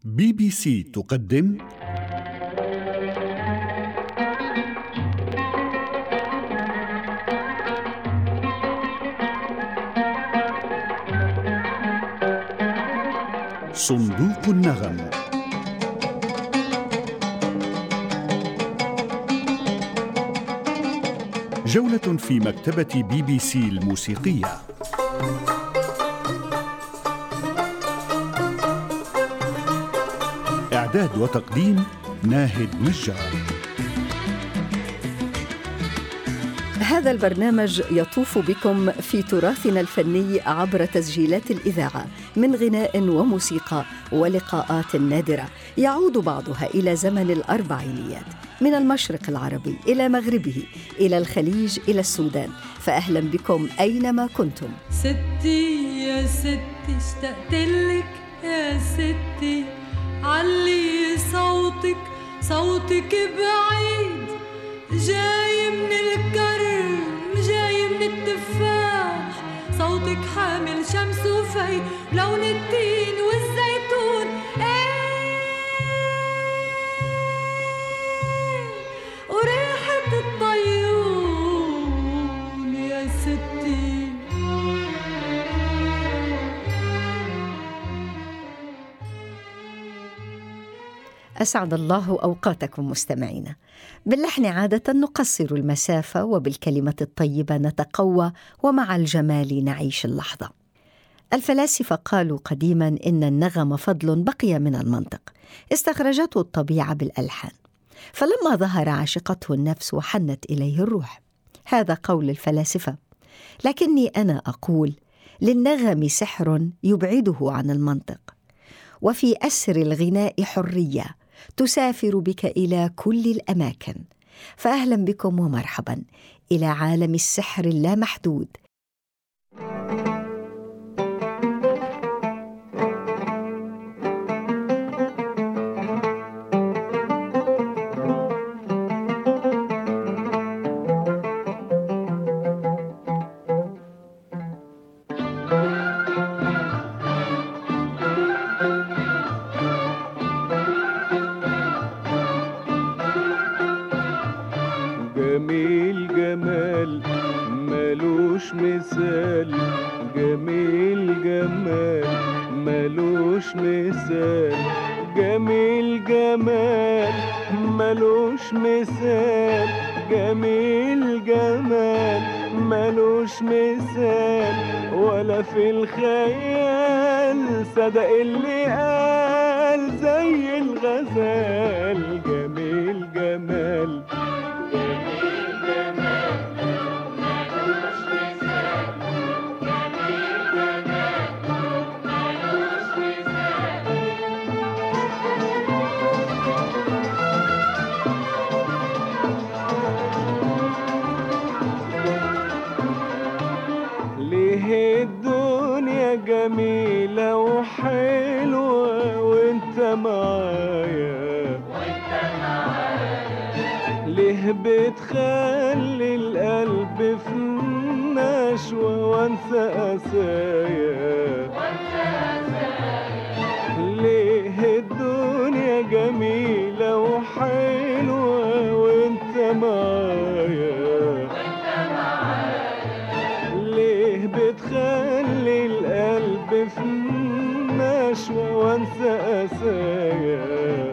BBC تقدم صندوق النغم. جولة في مكتبة BBC الموسيقية. إعداد وتقديم ناهد نجار. هذا البرنامج يطوف بكم في تراثنا الفني عبر تسجيلات الإذاعة من غناء وموسيقى ولقاءات نادرة يعود بعضها إلى زمن الأربعينيات، من المشرق العربي إلى مغربه، إلى الخليج، إلى السودان. فأهلا بكم أينما كنتم. ستي يا ستي اشتقتلك يا ستي، علي صوتك بعيد، جاي من الكرم جاي من التفاح، صوتك حامل شمس وفي لون التين والزيتون، وريحة الطيون يا ستي. أسعد الله أوقاتكم مستمعينا. باللحن عادة نقصر المسافة، وبالكلمة الطيبة نتقوى، ومع الجمال نعيش اللحظة. الفلاسفة قالوا قديما إن النغم فضل بقي من المنطق، استخرجته الطبيعة بالألحان، فلما ظهر عشقته النفس وحنت إليه الروح. هذا قول الفلاسفة، لكني أنا أقول للنغم سحر يبعده عن المنطق، وفي أسر الغناء حرية تسافر بك إلى كل الأماكن. فأهلا بكم ومرحبا إلى عالم السحر اللامحدود. جميل جمال ملوش مثال، جميل جمال ملوش مثال، جميل جمال ملوش مثال، جميل جمال ملوش مثال، ولا في الخيال صدق اللي قال زي الغزال. جميل جمال الدنيا جميلة وحلوة وانت معايا، ليه بتخلي القلب في نشوة وانسى قسايا، ليه الدنيا جميلة وحلوة وانت معايا، بتخلي القلب في نشوة وانسى قسايا،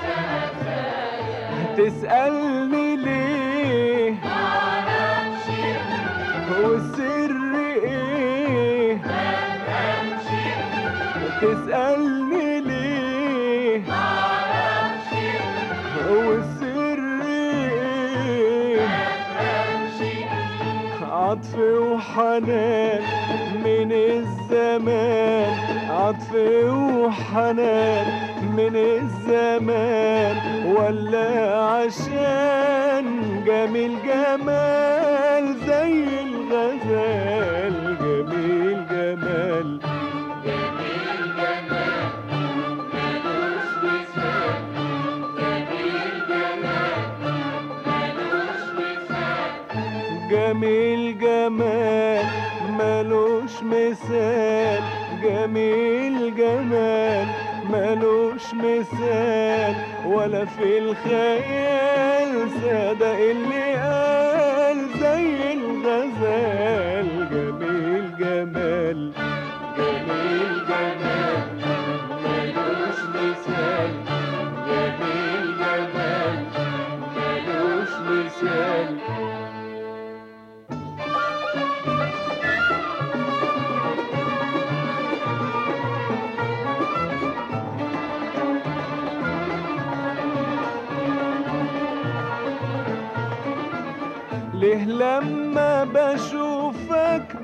تسألني ليه معرفش والسر ايه مفهمش، تسألني ليه معرفش والسر ايه مفهمش، عطف وحنان من الزمان، عطف وحنان من الزمان، ولا عشان جميل جمال زي الغزال. جميل جمال جميل جمال ملوش مثال، جميل جمال ملوش مثال، جميل جمال ملوش مثال، جميل جمال ملوش مثال ولا في الخيال صدق اللي قال زي الغزال جميل جمال جميل جمال ملوش مثال جميل جمال ملوش مثال. ليه لما بشوفك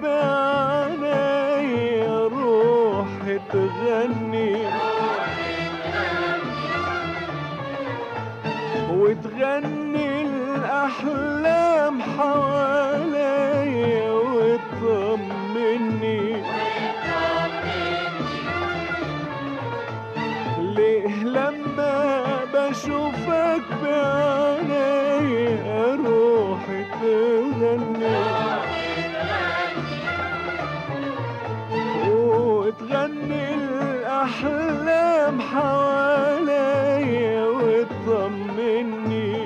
بعينيا روحي تغني وتغني الأحلام حواليا وتطمني. ليه لما بشوفك بعينيا روحي تغني وتغني الأحلام حواليا وتطمني.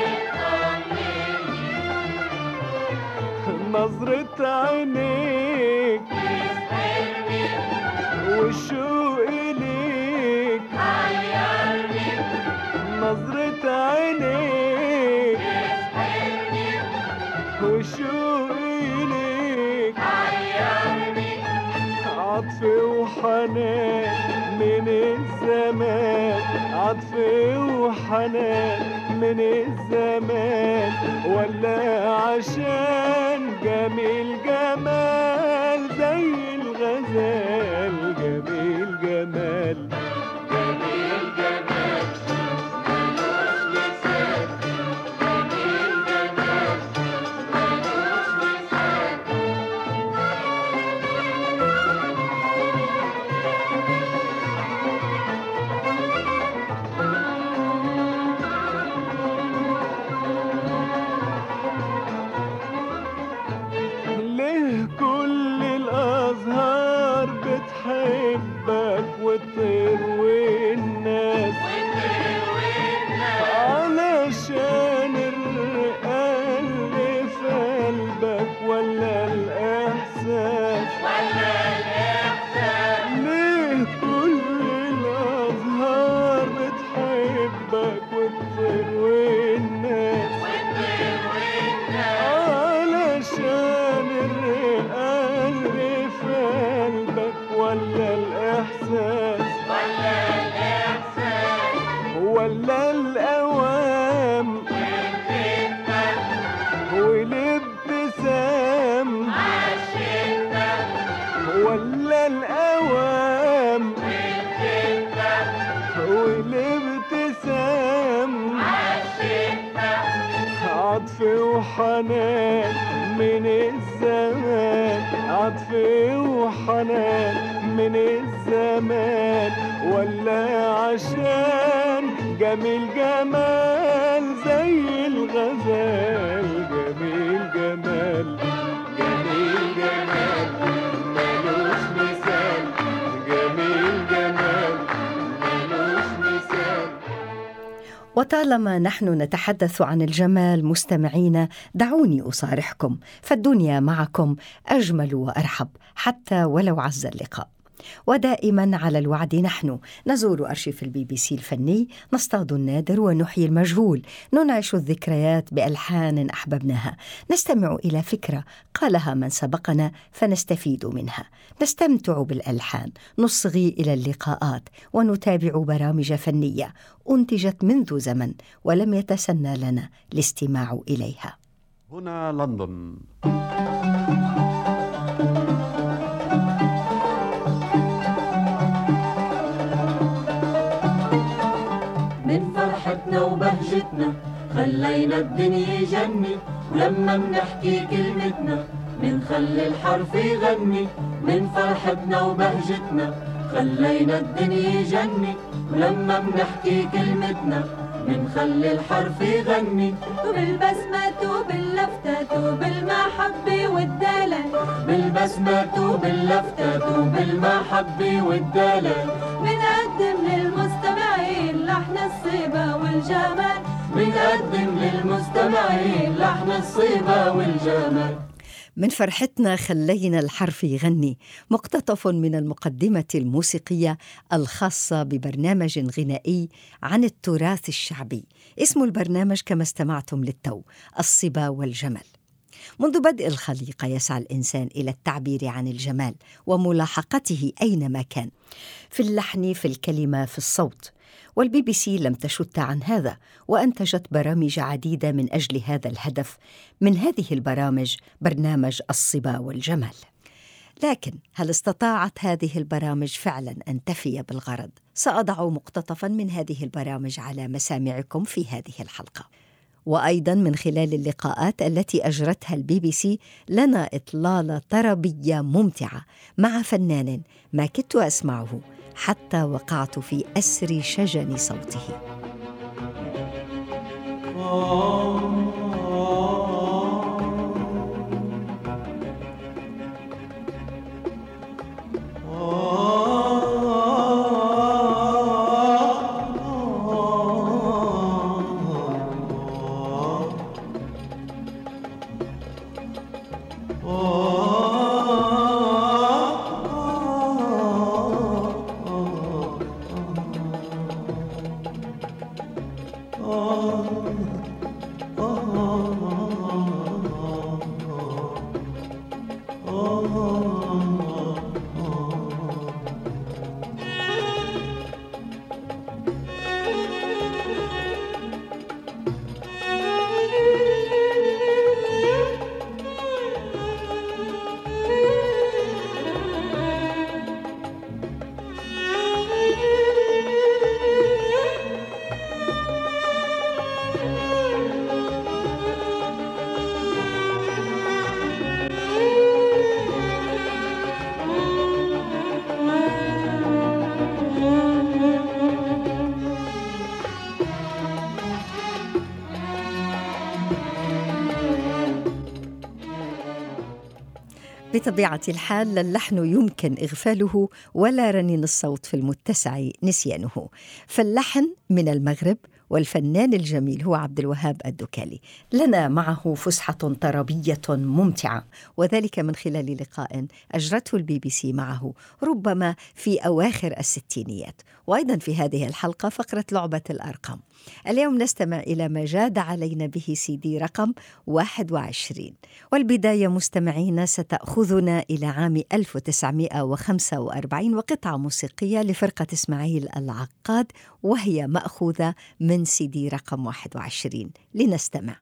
نظرة عينيك والشوق ليك نظرة عينيك وشوق ليك عطف وحنان من الزمان عطف وحنان من الزمان ولا عشان جميل جمال زي الغزال جميل جمال جميل جمال ملوش مثال جميل جمال ملوش مثال. ليه كل الأزهار بتحبك وتروي الناس علشان الرقة اللي في قلبك ولا الإحساس ليه كل الأزهار بتحبك وتروي الناس علشان الرقة اللي في قلبك ولا الإحساس ولا الأوام والابتسام ولا الأوام والابتسام عطف وحنان من الزمان عطف وحنان من الزمان ولا عشان جميل جمال زي الغزال جميل جمال جميل جمال ملوش مثال جميل جمال ملوش مثال. وطالما نحن نتحدث عن الجمال مستمعينا دعوني أصارحكم فالدنيا معكم أجمل وأرحب حتى ولو عز اللقاء. ودائما على الوعد نحن نزور أرشيف الBBC الفني نصطاد النادر ونحيي المجهول ننعش الذكريات بألحان أحببناها نستمع إلى فكرة قالها من سبقنا فنستفيد منها نستمتع بالألحان نصغي إلى اللقاءات ونتابع برامج فنية أنتجت منذ زمن ولم يتسنى لنا الاستماع إليها. هنا لندن. من فرحتنا وبهجتنا خلينا الدنيا يجني ولما بنحكي كلمتنا منخلي الحرف يغني. من فرحتنا وبهجتنا خلينا الدنيا يجني ولما بنحكي كلمتنا منخلي الحرف يغني. وبالبسمة وباللفتة وبالمحبة والدلال بالبسمة وباللفتة وبالمحبة والدلال بنقدم للمستمعين والجمال، بنقدم للمستمعين لحن الصيبة والجمال. من فرحتنا خلينا الحرف يغني، مقتطف من المقدمة الموسيقية الخاصة ببرنامج غنائي عن التراث الشعبي. اسم البرنامج كما استمعتم للتو الصبا والجمال. منذ بدء الخليقة يسعى الإنسان إلى التعبير عن الجمال وملاحقته أينما كان، في اللحن، في الكلمة، في الصوت. والBBC لم تشت عن هذا، وأنتجت برامج عديدة من أجل هذا الهدف. من هذه البرامج برنامج الصبا والجمال. لكن هل استطاعت هذه البرامج فعلاً أن تفي بالغرض؟ سأضع مقتطفاً من هذه البرامج على مسامعكم في هذه الحلقة. وأيضاً من خلال اللقاءات التي أجرتها الBBC لنا إطلالة طربية ممتعة مع فنان ما كدت أسمعه حتى وقعت في أسر شجن صوته. بطبيعة الحال لا اللحن يمكن إغفاله ولا رنين الصوت في المتسع نسيانه، فاللحن من المغرب والفنان الجميل هو عبد الوهاب الدكالي. لنا معه فسحة طربية ممتعة، وذلك من خلال لقاء أجرته الBBC معه ربما في أواخر الستينيات. وأيضا في هذه الحلقة فقرة لعبة الأرقام. اليوم نستمع إلى ما جاد علينا به CD رقم 21. والبداية مستمعين ستأخذنا إلى عام 1945 وقطعة موسيقية لفرقة إسماعيل العقاد، وهي مأخوذة من CD رقم 21. لنستمع.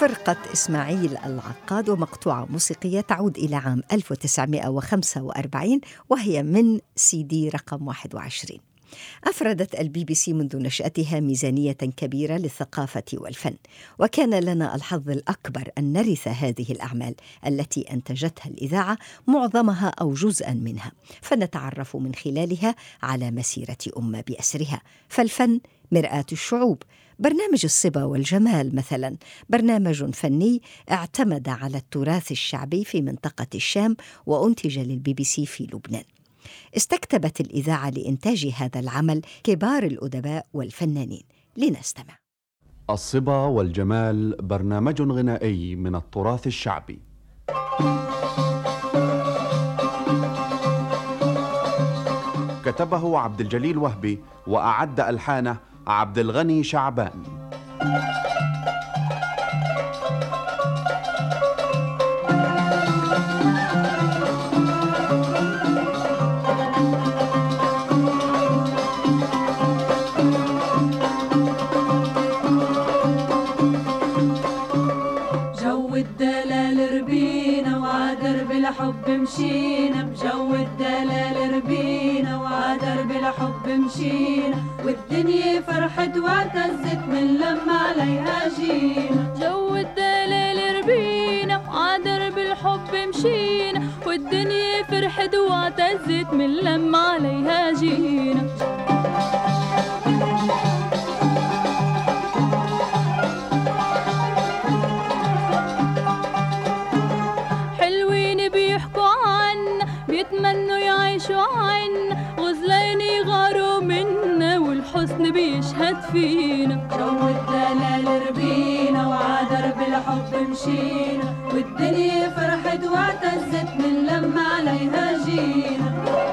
فرقة إسماعيل العقاد ومقطوعة موسيقية تعود إلى عام 1945 وهي من CD رقم 21. أفردت الBBC منذ نشأتها ميزانية كبيرة للثقافة والفن، وكان لنا الحظ الأكبر أن نرث هذه الأعمال التي أنتجتها الإذاعة معظمها أو جزءاً منها، فنتعرف من خلالها على مسيرة أمة بأسرها. فالفن مرآة الشعوب. برنامج الصبا والجمال مثلاً برنامج فني اعتمد على التراث الشعبي في منطقة الشام وأنتج للBBC في لبنان. استكتبت الإذاعة لإنتاج هذا العمل كبار الأدباء والفنانين. لنستمع. الصبا والجمال برنامج غنائي من التراث الشعبي. كتبه عبد الجليل وهبي وأعد ألحانه عبد الغني شعبان. حب مشينا بجو الدلال ربينا وعدرب الحب مشينا والدنيا فرحت واعتزت من لما عليها جينا. جو الدلال ربينا وعدرب الحب مشينا والدنيا فرحت واعتزت من لما عليها جينا. بيتمنوا يعيشوا عنا غزلين يغاروا منا والحسن بيشهد فينا. جو الدلال ربينا وعدرب الحب مشينا والدنيا فرحت واعتزت من لما عليها جينا.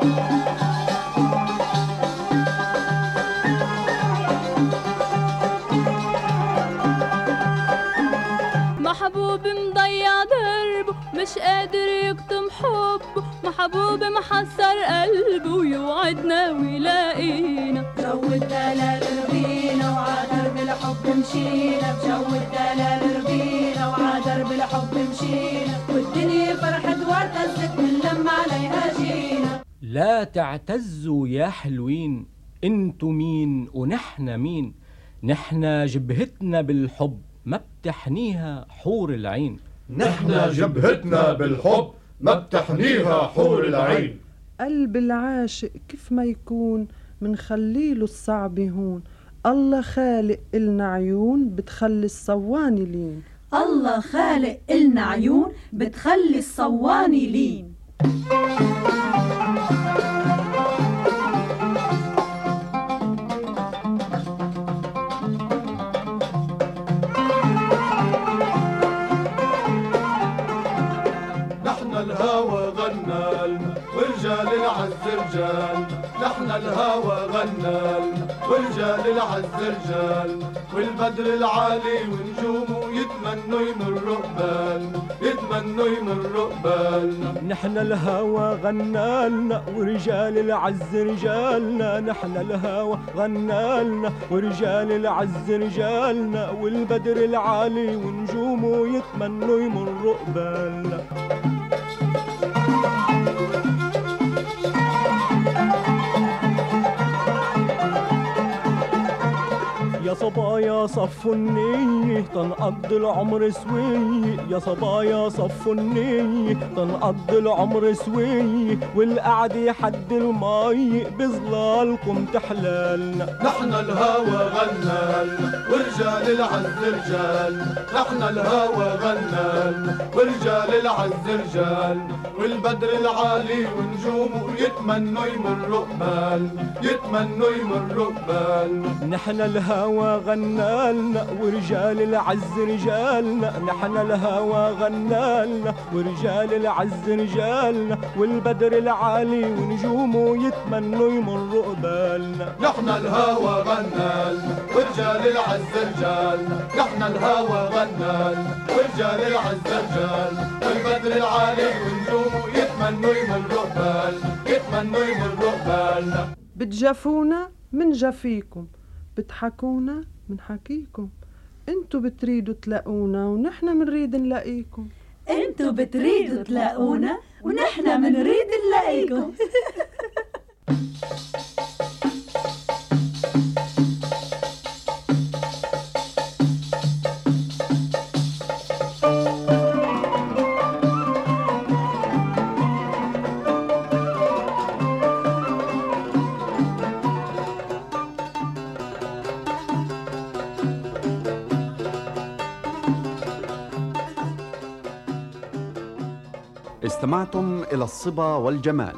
محبوب مضيع دربه مش قادر يكتم حبه، محبوب محصر قلبه ويوعدنا ويلاقينا. جو الدلال ربينا وعدرب الحب مشينا بجو الدلال ربينا وعدرب الحب مشينا والدنيا فرحت واعتزت من لما عليها جينا. لا تعتزوا يا حلوين، انتو مين ونحنا مين؟ نحنا جبهتنا بالحب ما بتحنيها حور العين. نحنا جبهتنا بالحب ما بتحنيها حور العين. قلب العاشق كيف ما يكون من خليله الصعب هون. الله خالق إلنا عيون بتخلي الصواني لين. الله خالق إلنا عيون بتخلي الصواني لين. الهوى غنالنا ورجال العز رجالنا. نحن الهوى غنالنا ورجال العز رجالنا والبدر العالي ونجومه يتمنوا يمروا قبالنا يتمنوا يمروا قبالنا. نحن الهوى غنالنا ورجال العز رجالنا. نحن الهوى غنالنا ورجال العز رجالنا والبدر العالي ونجومه يتمنوا يمروا قبالنا. يا صبايا صفوا النية تنقضي العمر سوية. يا صبايا صفوا النية تنقضي العمر سوية والقعدة حد المي بظلالكم تحلالنا. نحن الهوى غنالنا ورجال العز رجالنا. نحن الهوى غنالنا ورجال العز رجالنا والبدر العالي ونجومه يتمنوا يمروا قبالنا يتمنوا يمروا قبالنا. نحن الهوى غنالنا ورجال العز رجالنا. نحن الهوى غنالنا ورجال العز رجالنا والبدر العالي ونجومه يتمنوا يمروا قبالنا. نحن الهوى غنالنا ورجال العز رجالنا. نحن الهوى غنالنا ورجال العز رجالنا والبدر العالي ونجومه يتمنوا يمروا قبالنا يتمنوا يمروا قبالنا. بتجفونا من جفيكم بتحكونا من حكيكم انتو بتريدوا تلاقونا ونحن منريد نلاقيكم. انتو بتريدوا تلاقونا ونحن منريد نلاقيكم. استمعتم إلى الصبا والجمال.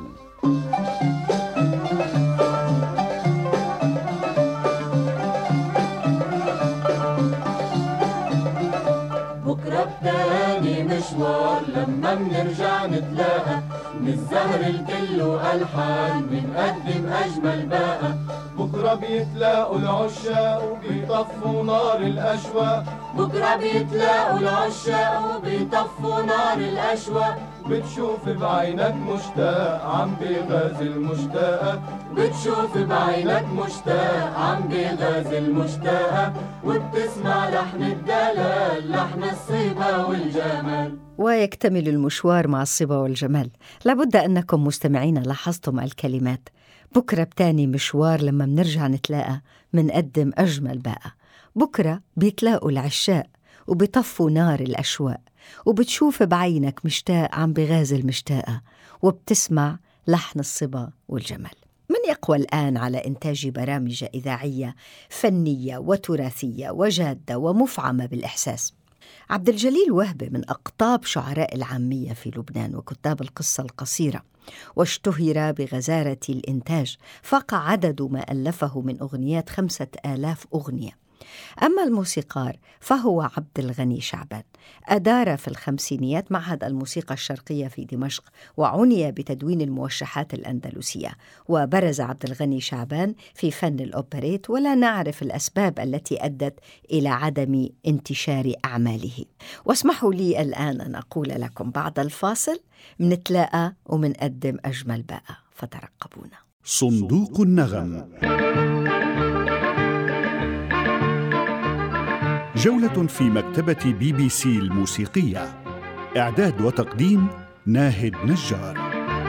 بكرة بتاني مشوار لما بنرجع نتلاقى، من الزهر الكله ألحان بنقدم أجمل باقة. بكرة بيتلاقوا العشاق وبيطفوا نار الأشواق. بكرة بيتلاقوا العشاق وبيطفوا نار الأشواق. بتشوف بعينك مشتاق عم بيغازل مشتاقة. بتشوف بعينك مشتاق عم بيغازل مشتاقة. وبتسمع لحن الدلال لحن الصبا والجمال. ويكتمل المشوار مع الصبا والجمال. لابد أنكم مستمعين لاحظتم الكلمات. بكرة بتاني مشوار لما منرجع نتلاقى منقدم أجمل باقة. بكرة بيتلاقوا العشاق وبيطفوا نار الأشواق. وبتشوف بعينك مشتاق عم بغازل مشتاقة. وبتسمع لحن الصبا والجمال. من يقوى الآن على إنتاج برامج إذاعية فنية وتراثية وجادة ومفعمة بالإحساس؟ عبد الجليل وهبة من أقطاب شعراء العامية في لبنان وكتاب القصة القصيرة، واشتهر بغزارة الإنتاج، فاق عدد ما ألفه من أغنيات 5000 أغنية. أما الموسيقار فهو عبد الغني شعبان. أدار في الخمسينيات معهد الموسيقى الشرقية في دمشق، وعني بتدوين الموشحات الأندلسية. وبرز عبد الغني شعبان في فن الأوبريت، ولا نعرف الأسباب التي أدت إلى عدم انتشار أعماله. واسمحوا لي الآن أن أقول لكم بعد الفاصل منتلاقى ومنقدم أجمل باقة، فترقبونا. صندوق النغم، جولة في مكتبة BBC الموسيقية. إعداد وتقديم ناهد نجار.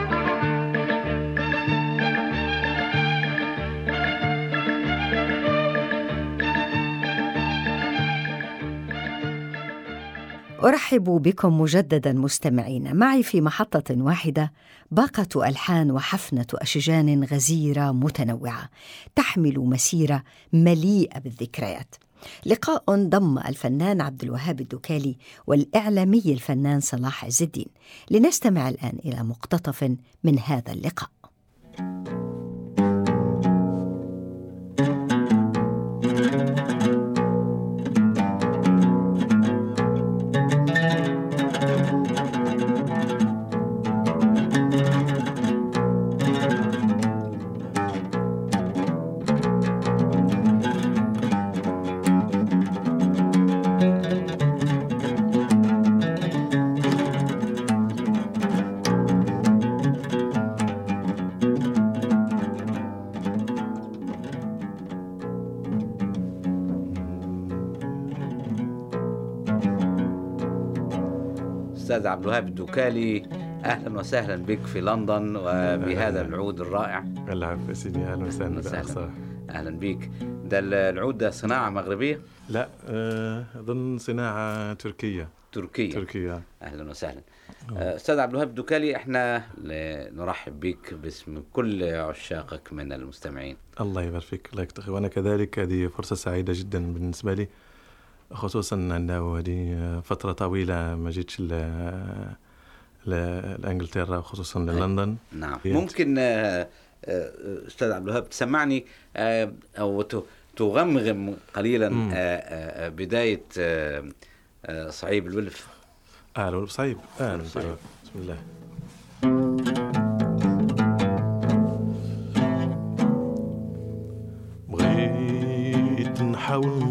أرحب بكم مجددا مستمعين. معي في محطة واحدة باقة ألحان وحفنة أشجان غزيرة متنوعة تحمل مسيرة مليئة بالذكريات. لقاء ضم الفنان عبد الوهاب الدكالي والإعلامي الفنان صلاح عز الدين. لنستمع الآن إلى مقتطف من هذا اللقاء. أستاذ عبد الوهاب الدكالي، أهلا وسهلا بك في لندن وبهذا العود الرائع. العفو سيدي، أهلا وسهلا. أهلا بك. ده العود ده صناعة مغربية؟ لا، أظن صناعة تركية. أهلا وسهلا. أستاذ عبد الوهاب الدكالي، احنا نرحب بك باسم كل عشاقك من المستمعين. الله يبارك فيك، الله يكتخي، وأنا كذلك. هذه فرصة سعيدة جدا بالنسبة لي، خصوصا أنه هذه فترة طويلة ما جيتش لإنجلترا وخصوصا للندن. نعم. ممكن أستاذ عبد الوهاب تسمعني أو تغمغم قليلا بداية صعيب الولف؟ الولف صعيب. بسم الله. بغيت نحاول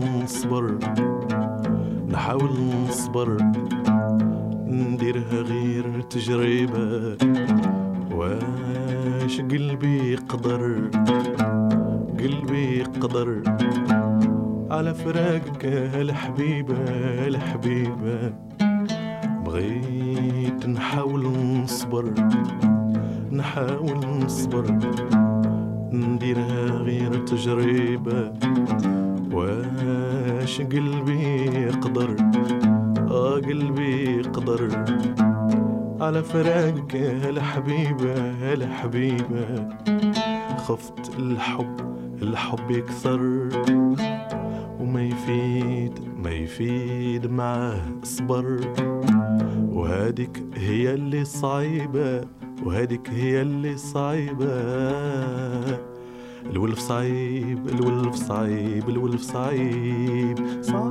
نصبر نديرها غير تجربة، واش قلبي قدر على فراقك الحبيبة الحبيبة. بغيت نحاول نصبر نديرها غير تجربة، واش قلبي يقدر قلبي يقدر على فراقك الحبيبة الحبيبة. خفت الحب يكثر وما يفيد معاه صبر، وهاديك هي اللي صعيبة الولف صعيب الولف صعيب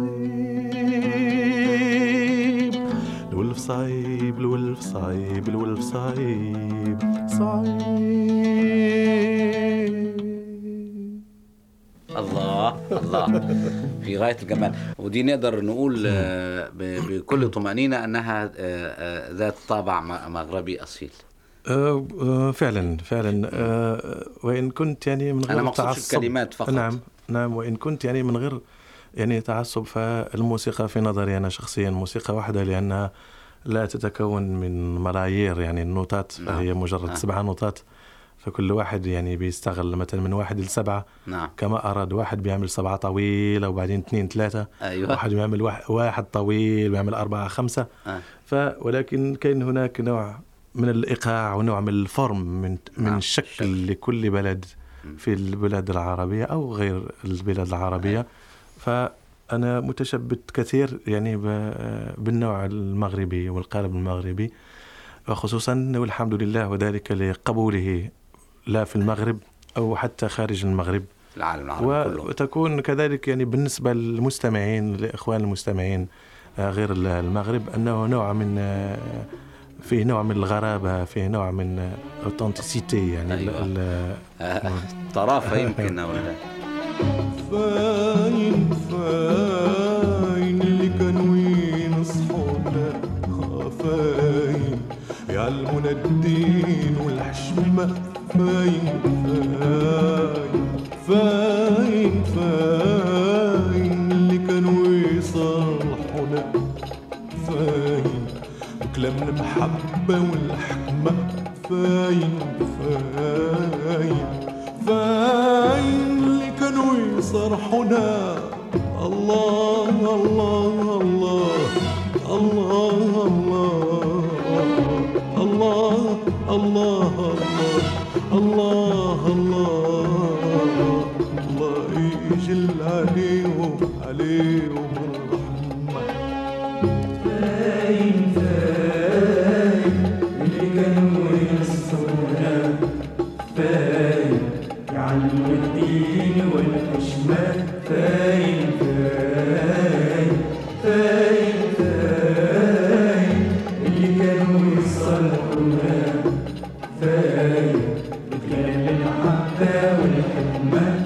الولف صعيب. الله في غاية الجمال، ودي نقدر نقول بكل طمأنينة أنها ذات طابع مغربي أصيل. فعلا وإن كنت يعني من غير تعصب الكلمات فقط. نعم وإن كنت يعني من غير يعني تعصب، فالموسيقى في نظري أنا شخصيا موسيقى واحدة، لأنها لا تتكون من ملايير يعني النوتات، فهي مجرد 7 نوتات، فكل واحد يعني بيستغل مثلا من 1 ل 7 كما أراد. واحد بيعمل 7 طويلة وبعدين 2 3. أيوة. واحد بيعمل واحد طويل ويعمل 4 5. ولكن كاين هناك نوع من الإيقاع ونوع من الفورم من الشكل لكل بلد في البلاد العربية أو غير البلاد العربية. فأنا متشبت كثير يعني بالنوع المغربي والقالب المغربي، وخصوصا والحمد لله وذلك لقبوله لا في المغرب أو حتى خارج المغرب، العالم العربي كله. وتكون كذلك يعني بالنسبة للمستمعين لإخوان المستمعين غير المغرب أنه نوع من فيه نوع من الغرابة، فيه نوع من أوتنتيسيتي يعني. أيوة. طرافة يمكن ولا فاين اللي كانوا ينصحونا، خافاين يعلمونا الدين والحشمة، فاين اللي كانوا يصلحونا، فاين وكلام المحبة والحكمة، فاين اللي كانوا يصرحونا. الله الله الله الله الله الله الله الله يجل عليهم الرحمة. فاين اللي كانوا ينصرونا، فاين يعلموا الدين والحشمة، فاين اللي كانوا يصلحونا، فاين بكلام المحبة والحكمة،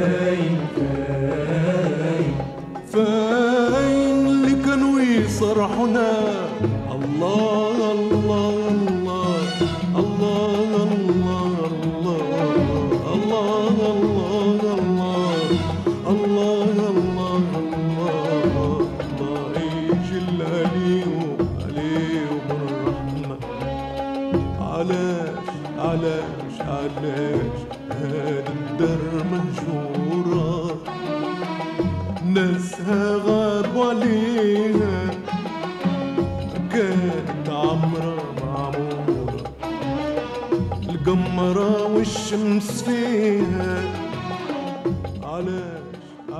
فاين اللي كانوا يصرحونا. الله الله الله الله الله الله الله الله يجل عليهم الرحمة. علاش هاد الدار مهجورة، ناسها غابوا عليها، كانت عمرة معمورة، القمرة والشمس فيها. علاش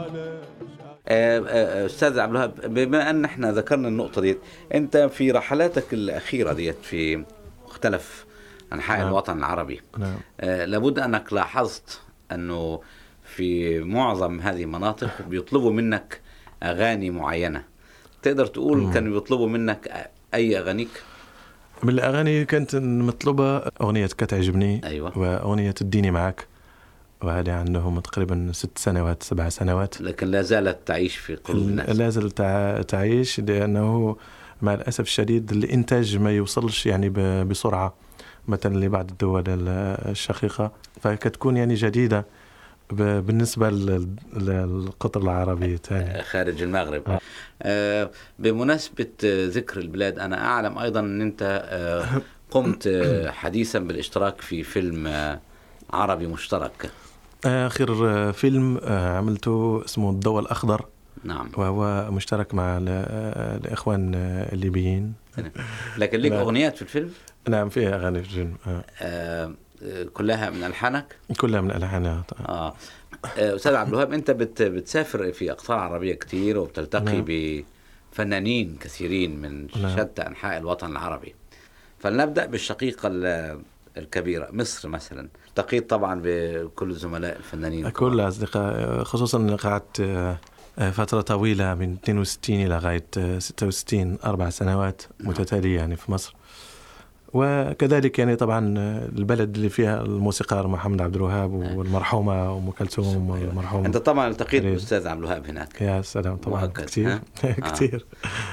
أستاذ عبد الوهاب، بما أن احنا ذكرنا النقطة دي، أنت في رحلاتك الأخيرة ديت في مختلف أنحاء الوطن العربي، لابد أنك لاحظت أنه في معظم هذه المناطق بيطلبوا منك أغاني معينة. تقدر تقول كانوا بيطلبوا منك أي أغانيك؟ من الأغاني كانت مطلوبة أغنية كتعجبني. أيوة. وأغنية الديني معك، وهذه عندهم تقريبا 6 سنوات 7 سنوات، لكن لا زالت تعيش في قلوب الناس. لا زالت تعيش، لأنه مع الأسف الشديد الإنتاج ما يوصلش يعني بسرعة مثلا لبعض الدول الشقيقة، فكتكون يعني جديدة بالنسبة للقطر العربي تاني خارج المغرب. بمناسبة ذكر البلاد، أنا أعلم أيضا أن أنت قمت حديثا بالاشتراك في فيلم عربي مشترك. آخر فيلم عملته اسمه الضوء الأخضر. نعم. وهو مشترك مع الإخوان الليبيين. لكن لك أغنيات في الفيلم؟ نعم فيها أغاني في الفيلم. كلها من ألحانك؟ كلها من ألحانها. أستاذ عبد الوهاب، أنت بتسافر في أقطار عربية كتير وبتلتقي بفنانين كثيرين من شتى أنحاء الوطن العربي. فلنبدأ بالشقيقة الكبيرة مصر مثلا. التقيت طبعا بكل الزملاء الفنانين، كل أصدقاء، خصوصا قعدت فترة طويلة من 62 إلى غاية 66 4 سنوات متتالية يعني في مصر. وكذلك يعني طبعا البلد اللي فيها الموسيقار محمد عبد الوهاب والمرحومة أم كلثوم والمرحوم. أنت طبعا التقيت بالأستاذ عبد الوهاب هناك؟ يا سلام طبعا كثير كثير.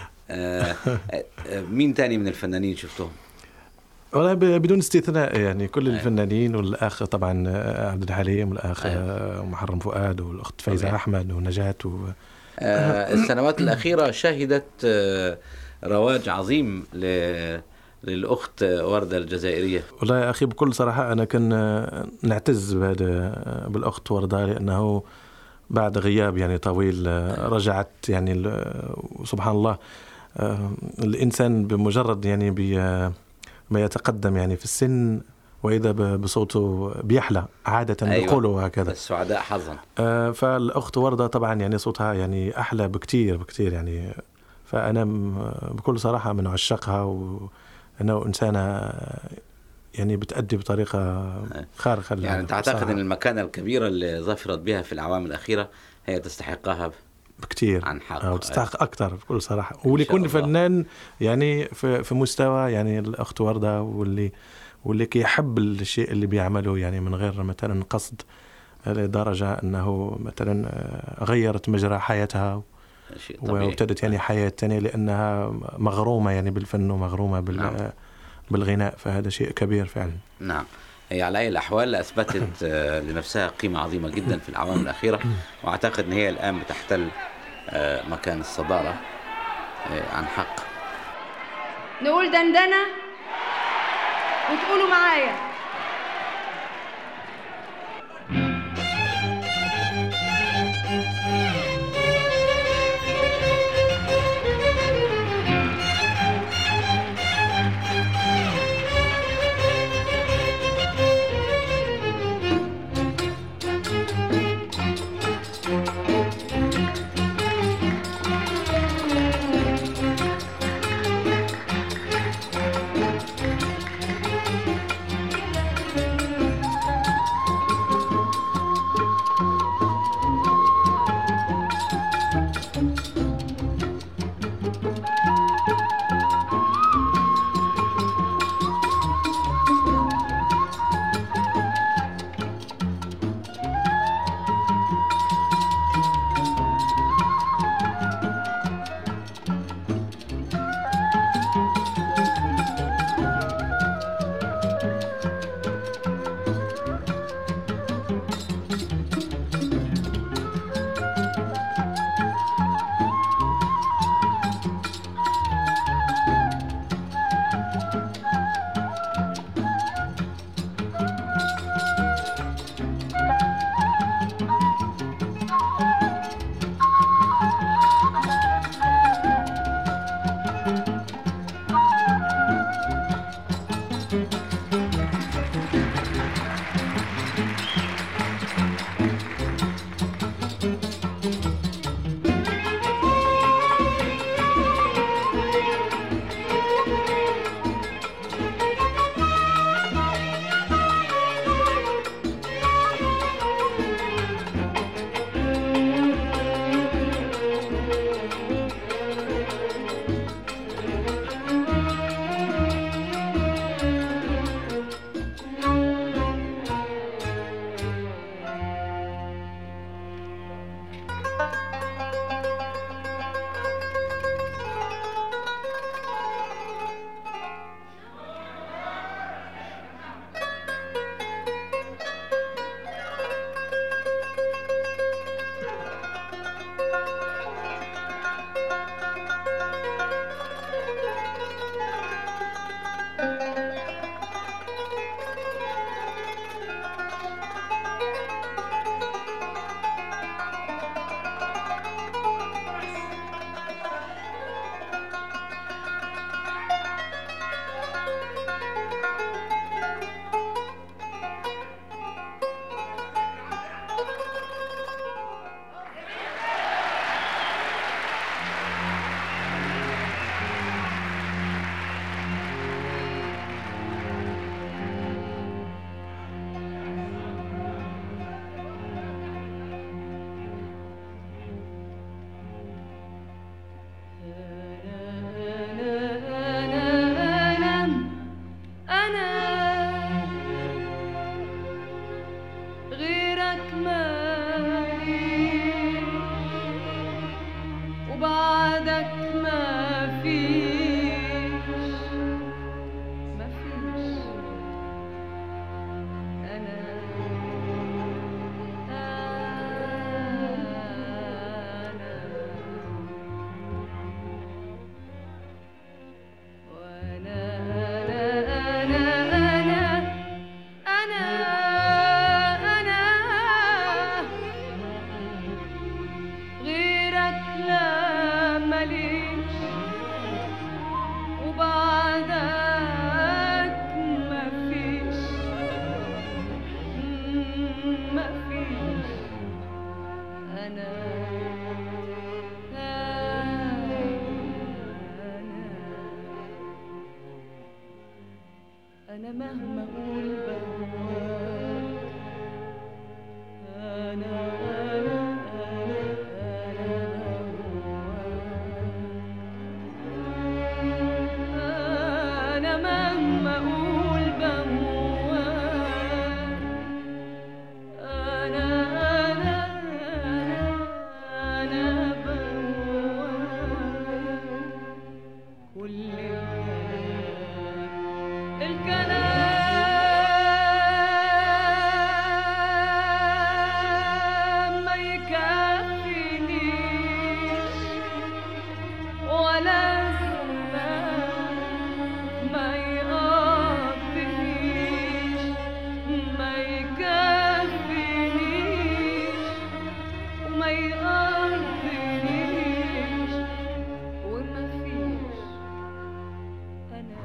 مين تاني من الفنانين شفتهم؟ والله بدون استثناء يعني كل الفنانين، والأخ طبعا عبد الحليم، والأخ محرم فؤاد، والأخت فايزة أحمد ونجاة السنوات الأخيرة شهدت رواج عظيم للأخت وردة الجزائرية. والله يا أخي بكل صراحة أنا كان نعتز بالأخت وردة، لأنه بعد غياب يعني طويل رجعت يعني سبحان الله. الإنسان بمجرد يعني ما يتقدم يعني في السن وإذا بصوته بيحلى عادة. أيوة. بيقولوا هكذا السعداء حظا. فالأخت وردة طبعا يعني صوتها يعني أحلى بكتير يعني. فأنا بكل صراحة من عشقها، وأنه إنسانة يعني بتأدي بطريقة خارقة. يعني تعتقد أن المكانة الكبيرة اللي ظفرت بها في الأعوام الأخيرة هي تستحقها بكتير عن حق، وتستحق أكثر بكل صراحة. ولكل فنان يعني في مستوى يعني الأخت وردة، واللي يحب الشيء اللي بيعمله يعني من غير مثلا قصد، لدرجة أنه مثلا غيرت مجرى حياتها وابتدت يعني حياة تانية، لأنها مغرومة يعني بالفن ومغرومة بالغناء. فهذا شيء كبير فعلا. نعم. هي على أي الأحوال أثبتت لنفسها قيمة عظيمة جدا في الأعوام الأخيرة، وأعتقد أن هي الآن بتحتل مكان الصدارة عن حق. نقول دندنة وتقولوا معايا. غيرك مالي وبعدك ما فيش أنا غيرك لا ماليش وبعدك ما فيش أنا مهما أقول بهواك أنا مهما أقول بهواك أنا بهواك كل الكلام ما يكفينيش ولا ما يقضينيش ما يكفينيش وما يقضينيش وما فيش أنا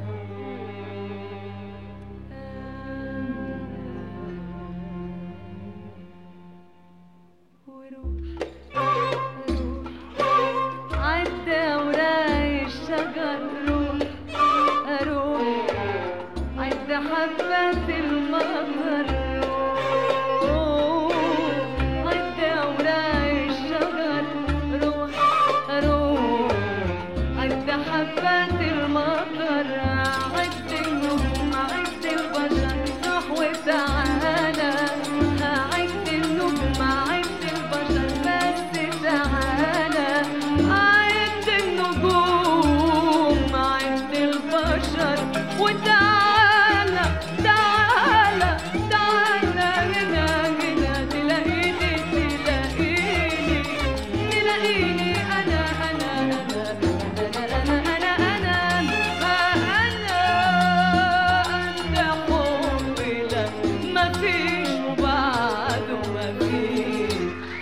وروح عد أوراق الشجر روح عد حبات المطر عد أوراق الشجر روح عد حبات المطر عد النجوم عد البشر روح وتعالى عد النجوم عد البشر بس تعالى عد النجوم عد البشر وتعالى تعالى تعالى هنا تلاقيني أنا أنت حبي لك ما فيش وبعده ما فيش.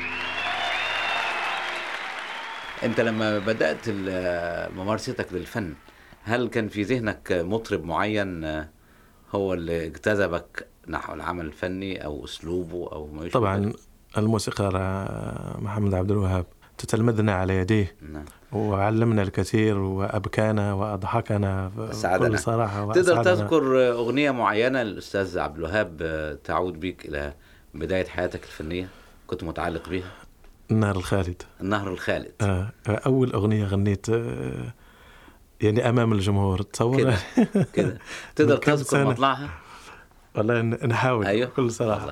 أنت لما بدأت ممارستك للفن هل كان في ذهنك مطرب معين هو اللي اجتذبك نحو العمل الفني أو أسلوبه أو ما يشبه؟ طبعا الموسيقار محمد عبد الوهاب تتلمذنا على يديه. نعم. وعلمنا الكثير وأبكانا وأضحكنا بكل صراحة. تقدر تذكر أغنية معينة للأستاذ عبد الوهاب تعود بك إلى بداية حياتك الفنية كنت متعلق بها؟ النهر الخالد. النهر الخالد. أول أغنية غنيت يعني أمام الجمهور تصور كده تقدر تذكر مطلعها؟ والله نحاول. أيوه. بكل صراحة.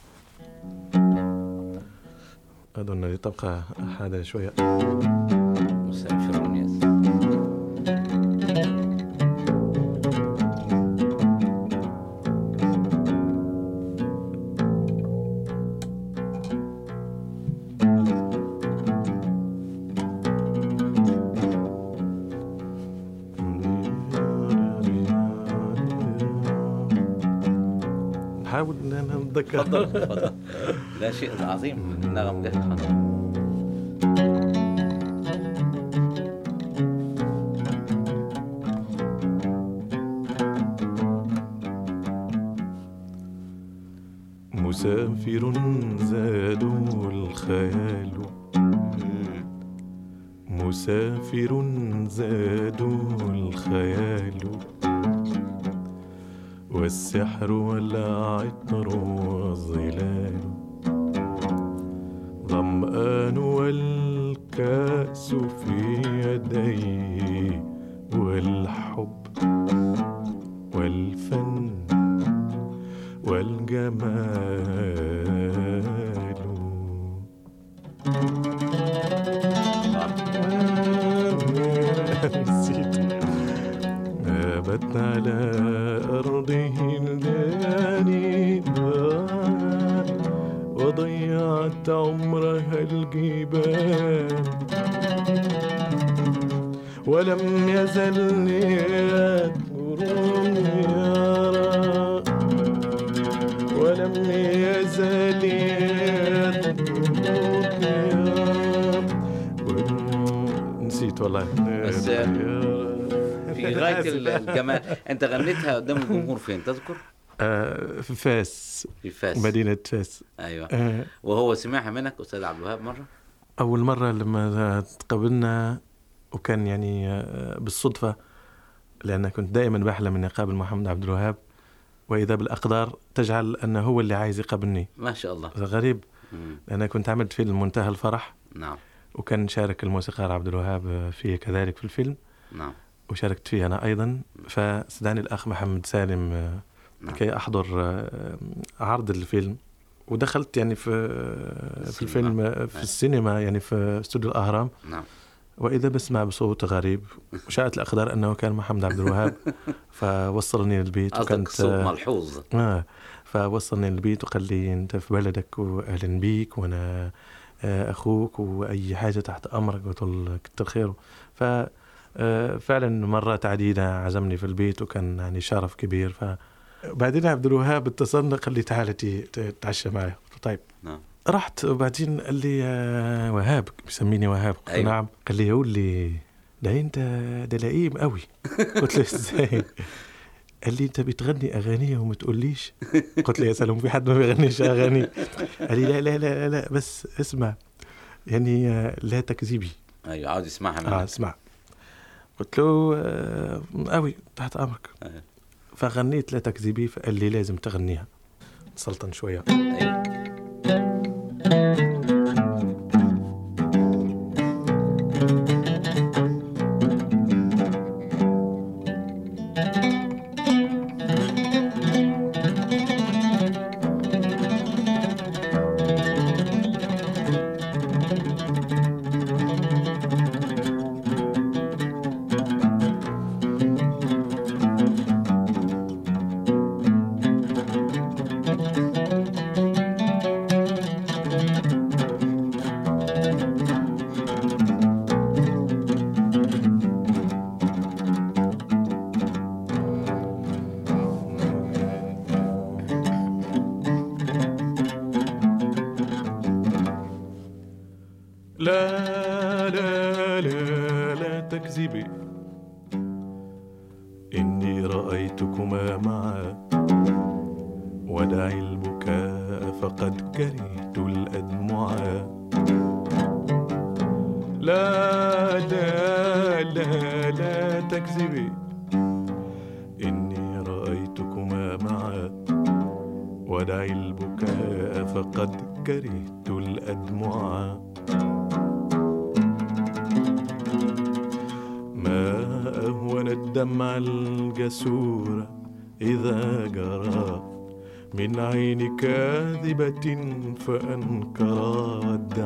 أظن تبقى حاجة شوية. مسافرون يس. نحاول نتذكر. تفضل. لا شيء عظيم النغم ده. مسافر زادوا الخيال مسافر زادوا الخيال والسحر والعطر والظلال ظمآن والكأس في يديه والحب والفن والجمال ضيعت عمرها الجبال ولم يزل يذكرني يرى ولم يزل يذكرني يرى. نسيت والله بس في غاية الجمال. أنت غنيتها قدام الجمهور فين تذكر؟ في فاس، في فاس، مدينة فاس. أيوة. وهو سمعها منك أستاذ عبد الوهاب مرة؟ أول مرة لما تقابلنا، وكان يعني بالصدفة، لأن كنت دائما بحلم أن أقابل محمد عبد الوهاب، وإذا بالأقدار تجعل أنه هو اللي عايز يقابلني. ما شاء الله. غريب. أنا كنت عملت فيلم منتهى الفرح. نعم. وكان شارك الموسيقار عبد الوهاب فيه كذلك في الفيلم. نعم. وشاركت فيه أنا أيضا. فسداني الأخ محمد سالم كي أحضر عرض الفيلم، ودخلت يعني في الفيلم في السينما، يعني في استوديو الأهرام. نعم. وإذا بسمع بصوت غريب، وشاءت الأقدار أنه كان محمد عبد الوهاب، فوصلني للبيت. وكانت صوت ملحوظ. فوصلني للبيت وقال لي أنت في بلدك وأهلا بيك، وأنا أخوك، وأي حاجة تحت أمرك. قلت له كتر خيره. ففعلا مرات عديدة عزمني في البيت، وكان يعني شرف كبير. بعدين عبد الوهاب اتصلنا قال لي تعال تتعشى معي. طيب. نعم. رحت، وبعدين قال لي يا وهاب، بيسميني وهاب. قلت أيوة. نعم. قال لي يقول لي ده انت ده لئيم قوي. قلت له ازاي؟ قال لي انت بتغني اغاني وما تقوليش. قلت له يا سلام، في حد ما بيغنيش اغاني؟ قال لي لا لا لا لا بس اسمع، يعني لا تكذبي. ايوه عاوز يسمعها منك. اسمع. قلت له قوي تحت امرك. فغنيت لا تكذبي، فقال لي لازم تغنيها. سلطن شويه. أيوة. لا لا لا لا تكذبي، إني رأيتكما معا، ودعي البكاء فقد كرهت الأدمعا. لا لا لا لا تكذبي، إني رأيتكما معا، ودعي البكاء فقد كرهت الأدمعا. ما أهون الدمع الجسور إذا جرى من عين كاذبة فأنكر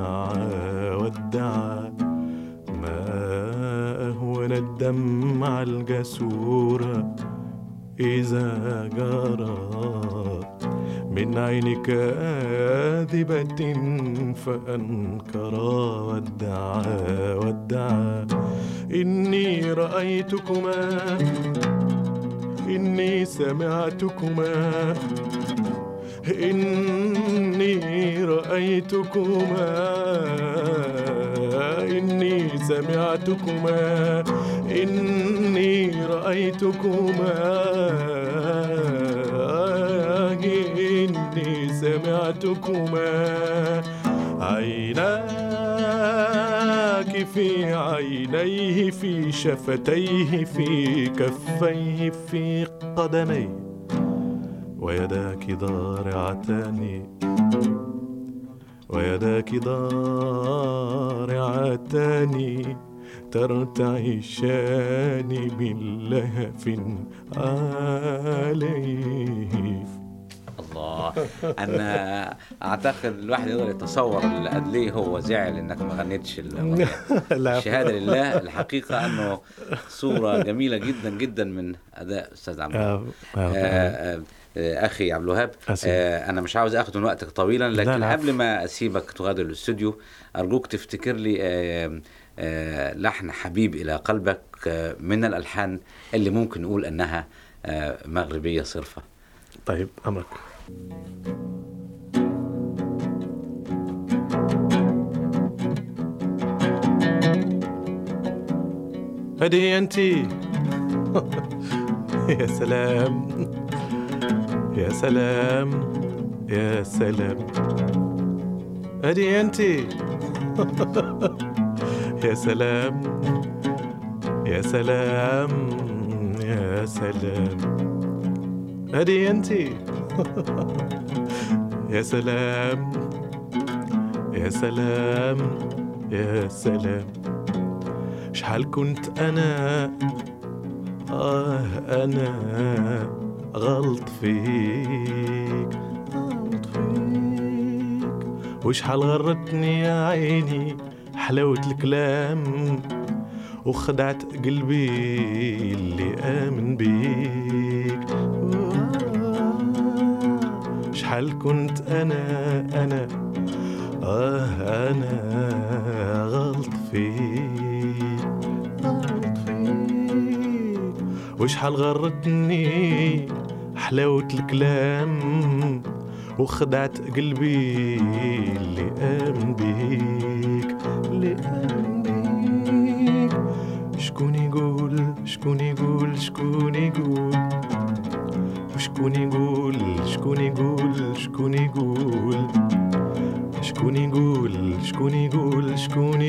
وادعى. ما أهون الدمع الجسور إذا جرى من عين كاذبة فأنكر وادعى. إني رأيتكما، إني سمعتكما، إني رأيتكما، إني سمعتكما، إني رأيتكما، إني سمعتكما. عيناك في عينيه، في شفتيه، في كفيه، في قدميه، ويداك ضارعتان، ويداك ضارعتان ترتعشان من لهف عليه. الله. أنا أعتقد الواحد يقدر يتصور قد ليه هو زعل إنك ما غنيتش الأغنية. الشهادة لله، الحقيقة أنه صورة جميلة جدا جدا من أداء أستاذ عبد الوهاب. أخي عبد الوهاب، أنا مش عاوز أخذ من وقتك طويلا، لكن قبل ما أسيبك تغادر الاستوديو أرجوك تفتكر لي لحن حبيب إلى قلبك من الألحان اللي ممكن نقول أنها مغربية صرفة. طيب أمرك. هدي أنتي يا سلام يا سلام يا سلام، هدي أنتي يا سلام يا سلام يا سلام، هدي أنتي يا سلام يا سلام يا سلام. شحال كنت أنا أنا غلط فيك وشحال غرتني يا عيني حلاوة الكلام وخدعت قلبي اللي آمن بيك. شحال كنت أنا أنا غلط فيك وشحال غرتني حلاوة الكلام وخدعت قلبي اللي آمن بيك اللي آمن بيك. شكون يقول شكون يقول شكون يقول وشكون يقول شكون يقول شكون يقول شكون يقول شكون يقول شكون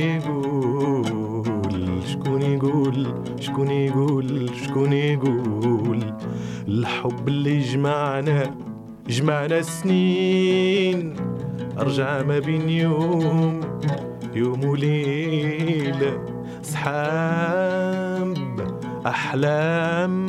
يقول شكون يقول شكون يقول شكون يقول الحب اللي جمعنا سنين أرجع ما بين يوم وليلة سحاب أحلام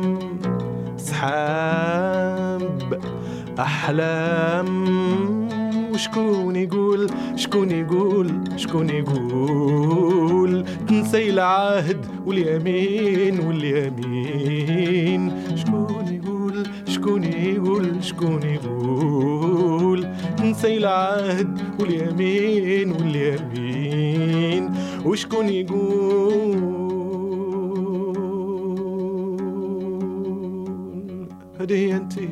سحاب أحلام. وشكون يقول شكون يقول شكون يقول تنسي العهد واليمين واليمين. شكون يقول شكون يقول شكون يقول تنسي العهد واليمين واليمين. وشكون يقول هذه أنتي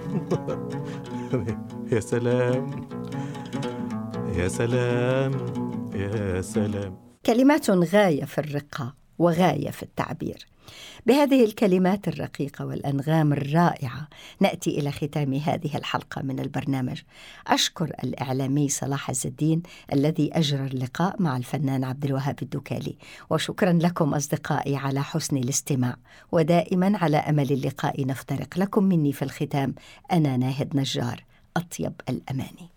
يا سلام يا سلام يا سلام. كلمات غاية في الرقة وغاية في التعبير. بهذه الكلمات الرقيقة والأنغام الرائعة نأتي إلى ختام هذه الحلقة من البرنامج. أشكر الإعلامي صلاح عز الدين الذي أجرى اللقاء مع الفنان عبد الوهاب الدكالي، وشكرا لكم أصدقائي على حسن الاستماع، ودائما على أمل اللقاء نفترق. لكم مني في الختام أنا ناهد نجار أطيب الأماني.